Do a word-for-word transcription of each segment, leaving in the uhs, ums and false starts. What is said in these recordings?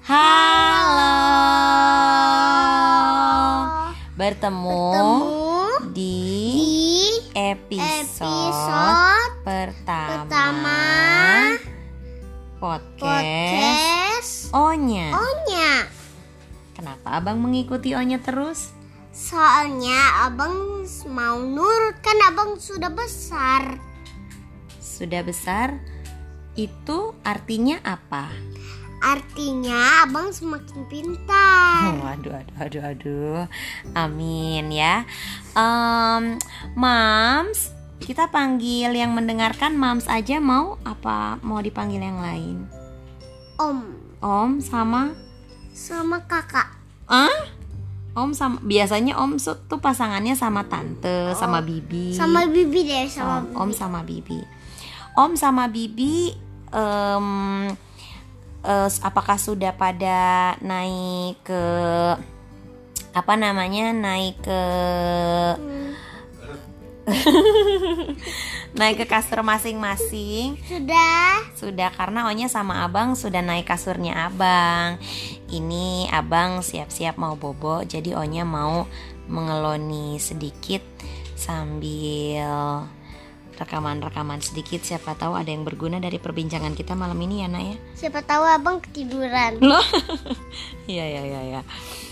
Halo, bertemu, bertemu di, di episode, episode pertama, pertama podcast, podcast Onya. Onya. Kenapa abang mengikuti Onya terus? Soalnya abang mau nurut, kan abang sudah besar. Sudah besar, itu artinya apa? Artinya abang semakin pintar. Oh, aduh, aduh, aduh, aduh. Amin ya. Um, Mams, kita panggil yang mendengarkan Mams aja mau? Apa mau dipanggil yang lain? Om Om sama? sama kakak. Ah? Om sama, biasanya Om su- tuh pasangannya sama tante, sama bibi. Sama bibi deh, sama Oh, Om sama bibi. Om sama bibi, um, uh, apakah sudah pada naik ke apa namanya naik ke Hmm, naik ke kasur masing-masing? sudah. Sudah, karena Onya sama abang sudah naik kasurnya abang. Ini abang siap-siap mau bobo, jadi Onya mau mengeloni sedikit sambil rekaman-rekaman sedikit. Siapa tahu ada yang berguna dari perbincangan kita malam ini ya, Nak ya. Siapa tahu abang ketiduran. Loh. Iya, iya, iya, ya.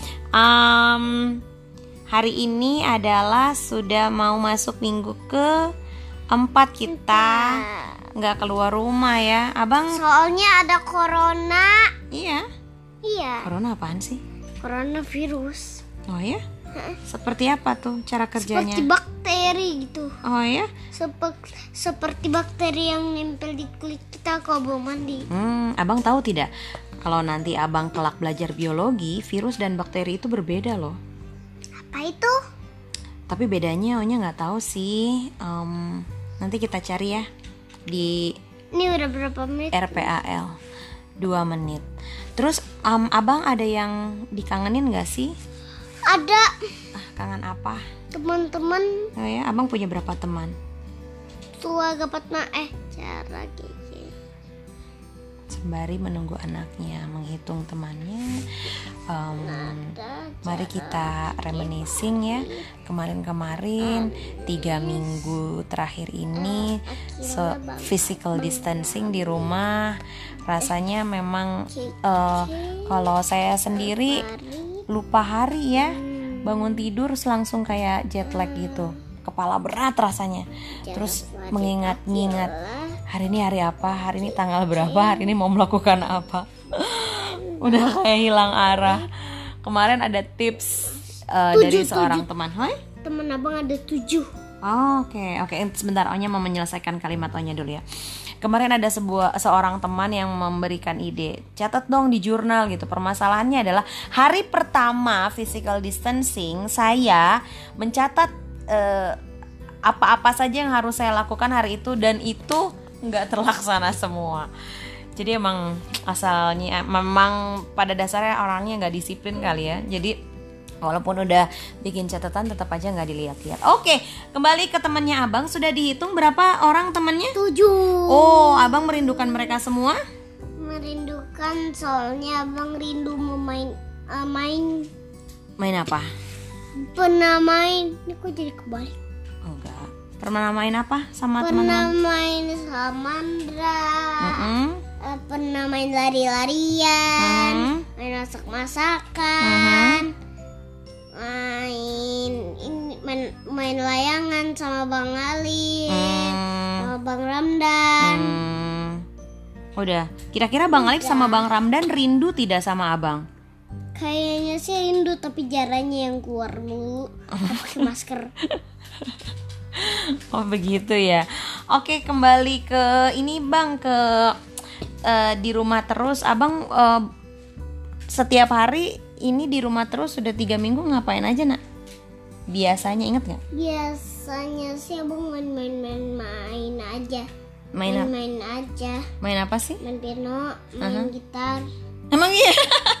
Um, hari ini adalah sudah mau masuk minggu ke empat kita nggak keluar rumah ya, abang. Soalnya ada corona. Iya. Iya, Corona apaan sih? coronavirus. Oh ya? Seperti apa tuh cara kerjanya? Seperti bakteri gitu. Oh ya? Sepek- seperti bakteri yang nempel di kulit kita kalau belum mandi. Hmm, abang tahu tidak? Kalau nanti abang kelak belajar biologi, virus dan bakteri itu berbeda loh. Apa itu? Tapi bedanya Onya nggak tahu sih. Em, nanti kita cari ya di Ini udah berapa menit? R P A L dua menit. Terus em, abang ada yang dikangenin nggak sih? Ada Ah, kangen apa? teman-teman Oh ya, abang punya berapa teman? tua gapatna eh cara gigi. Sembari menunggu anaknya menghitung temannya, em, Ada mari kita reminiscing ya. Kemarin-kemarin tiga minggu terakhir ini so, physical distancing di rumah. Rasanya memang eh, kalau saya sendiri hari. lupa hari ya. Bangun tidur langsung kayak jet lag gitu. Kepala berat rasanya. Terus mengingat-ingat hari ini hari apa, hari ini tanggal berapa, hari ini mau melakukan apa. Udah kayak hilang arah. Kemarin ada tips uh, dari Tujuh, seorang tujuh. teman. Hai? Temen abang ada tujuh. Oh, Oke, oke. Sebentar, Onya mau menyelesaikan kalimat Onya dulu ya. Kemarin ada sebuah seorang teman yang memberikan ide, catat dong di jurnal gitu. Permasalahannya adalah hari pertama physical distancing saya mencatat eh, apa-apa saja yang harus saya lakukan hari itu, dan itu nggak terlaksana semua. Jadi emang asalnya memang pada dasarnya orangnya nggak disiplin kali ya. Jadi walaupun udah bikin catatan tetap aja nggak dilihat-lihat. Oke, kembali ke temannya abang. Sudah dihitung berapa orang temannya? Tujuh. Oh, abang merindukan mereka semua? Merindukan, soalnya abang rindu memain eh, main Main apa? pernah main. Ini kok jadi kebalik? Enggak. Pernah main apa sama Pernah teman-teman? main salamandra. Mm-mm. Eh, pernah main lari-larian, Mhm. main masak-masakan, Mhm. main ini main, main layangan sama Bang Ali, Hmm. sama Bang Ramdan. Hmm. Udah. Kira-kira Bang Alif sama Bang Ramdan rindu tidak sama abang? Kayaknya sih rindu, tapi jaranya yang keluar mulu pakai masker. Oh begitu ya. Oke, kembali ke ini bang, ke eh, di rumah terus. Abang eh, setiap hari ini di rumah terus sudah tiga minggu, ngapain aja nak? Biasanya inget nggak? Biasanya sih abang main-main-main-main aja. Main apa? Main-main aja. Main apa sih? Main piano, main gitar. Emang iya?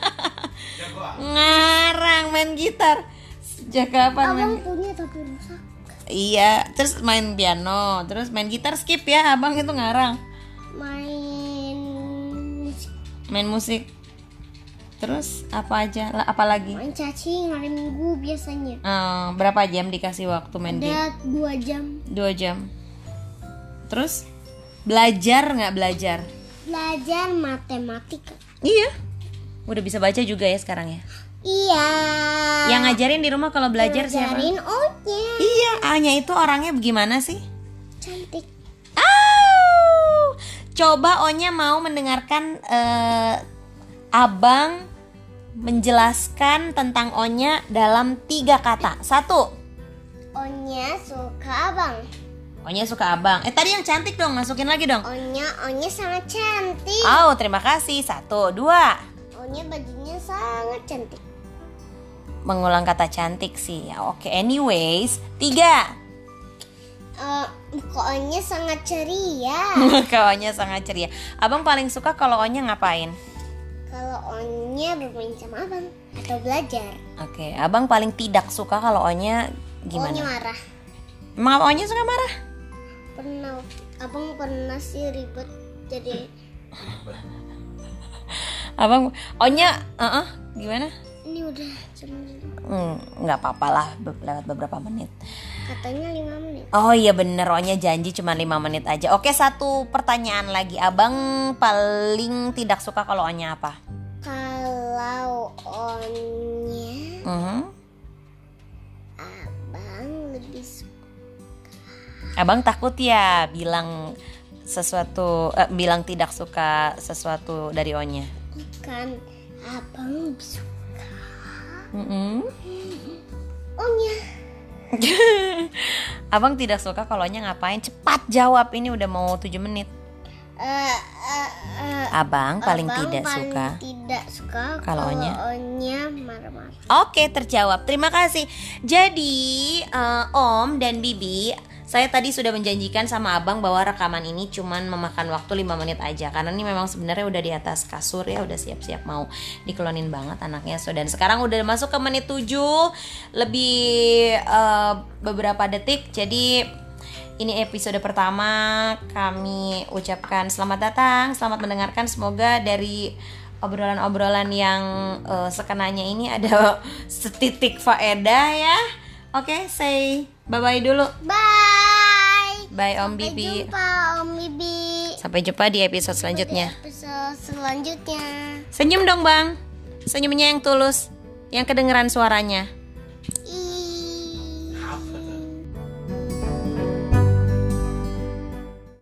Ngarang main gitar. Sejak kapan main? Abang punya tapi rusak. Iya, terus main piano, terus main gitar skip ya, abang itu ngarang. Main musik. Main musik. Terus apa aja? La- Apa lagi? Main cacing hari Minggu biasanya. Eh, berapa jam dikasih waktu main game? Ada dua jam. Dua jam. Terus belajar nggak belajar? Belajar matematika. Iya. Udah bisa baca juga ya sekarang ya. Iya. Yang ngajarin di rumah kalau belajar siapa? Ngajarin Onya. Iya, Anya itu orangnya bagaimana sih? Cantik. Au! Coba Onya mau mendengarkan eh, Abang menjelaskan tentang Onya dalam tiga kata. Satu, Onya suka abang. Onya suka Abang. Eh tadi yang cantik dong, masukin lagi dong. Onya, Onya sangat cantik. Oh, terima kasih. Satu, dua. Onya bajunya sangat cantik. Mengulang kata cantik sih. Ya, oke. Anyways, tiga. Eh, muka Onya sangat ceria. Kalau Onya sangat ceria. Abang paling suka kalau Onya ngapain? Kalau Onya bermain sama abang atau belajar. Oke, Abang paling tidak suka kalau Onya Onya gimana? marah. Emang Onya suka marah? Pernah, abang pernah sih ribet jadi. Abang, Onya, uh gimana? Ini udah jam, Hmm, nggak apa-apa lah, be- lewat beberapa menit. katanya lima menit. Oh iya bener, Onya janji cuma lima menit aja. Oke, satu pertanyaan lagi. Abang paling tidak suka kalau Onya apa? Kalau Onya, Mhm. abang lebih suka. Abang takut ya bilang sesuatu, eh, bilang tidak suka sesuatu dari Onya. Kan abang lebih suka Mhm. Onya. Abang tidak suka kalau Onya ngapain? Cepat jawab, ini udah mau tujuh menit. Eh, eh, eh, Abang paling abang tidak paling suka. tidak suka Kalau kalau Onya? Onya marah-marah. Oke, terjawab. Terima kasih. Jadi, eh, Om dan Bibi, saya tadi sudah menjanjikan sama Abang bahwa rekaman ini cuman memakan waktu lima menit aja. Karena ini memang sebenarnya udah di atas kasur ya, udah siap-siap mau dikelonin banget anaknya. So, dan sekarang udah masuk ke menit tujuh, lebih eh, beberapa detik. Jadi, ini episode pertama, kami ucapkan selamat datang, selamat mendengarkan. Semoga dari obrolan-obrolan yang uh, sekenanya ini ada setitik faedah ya. Oke, say bye-bye dulu. Bye. Bye Om Sampai Bibi. jumpa Om Bibi. Sampai jumpa di episode selanjutnya. Di episode selanjutnya. Senyum dong Bang. Senyumnya yang tulus, yang kedengeran suaranya.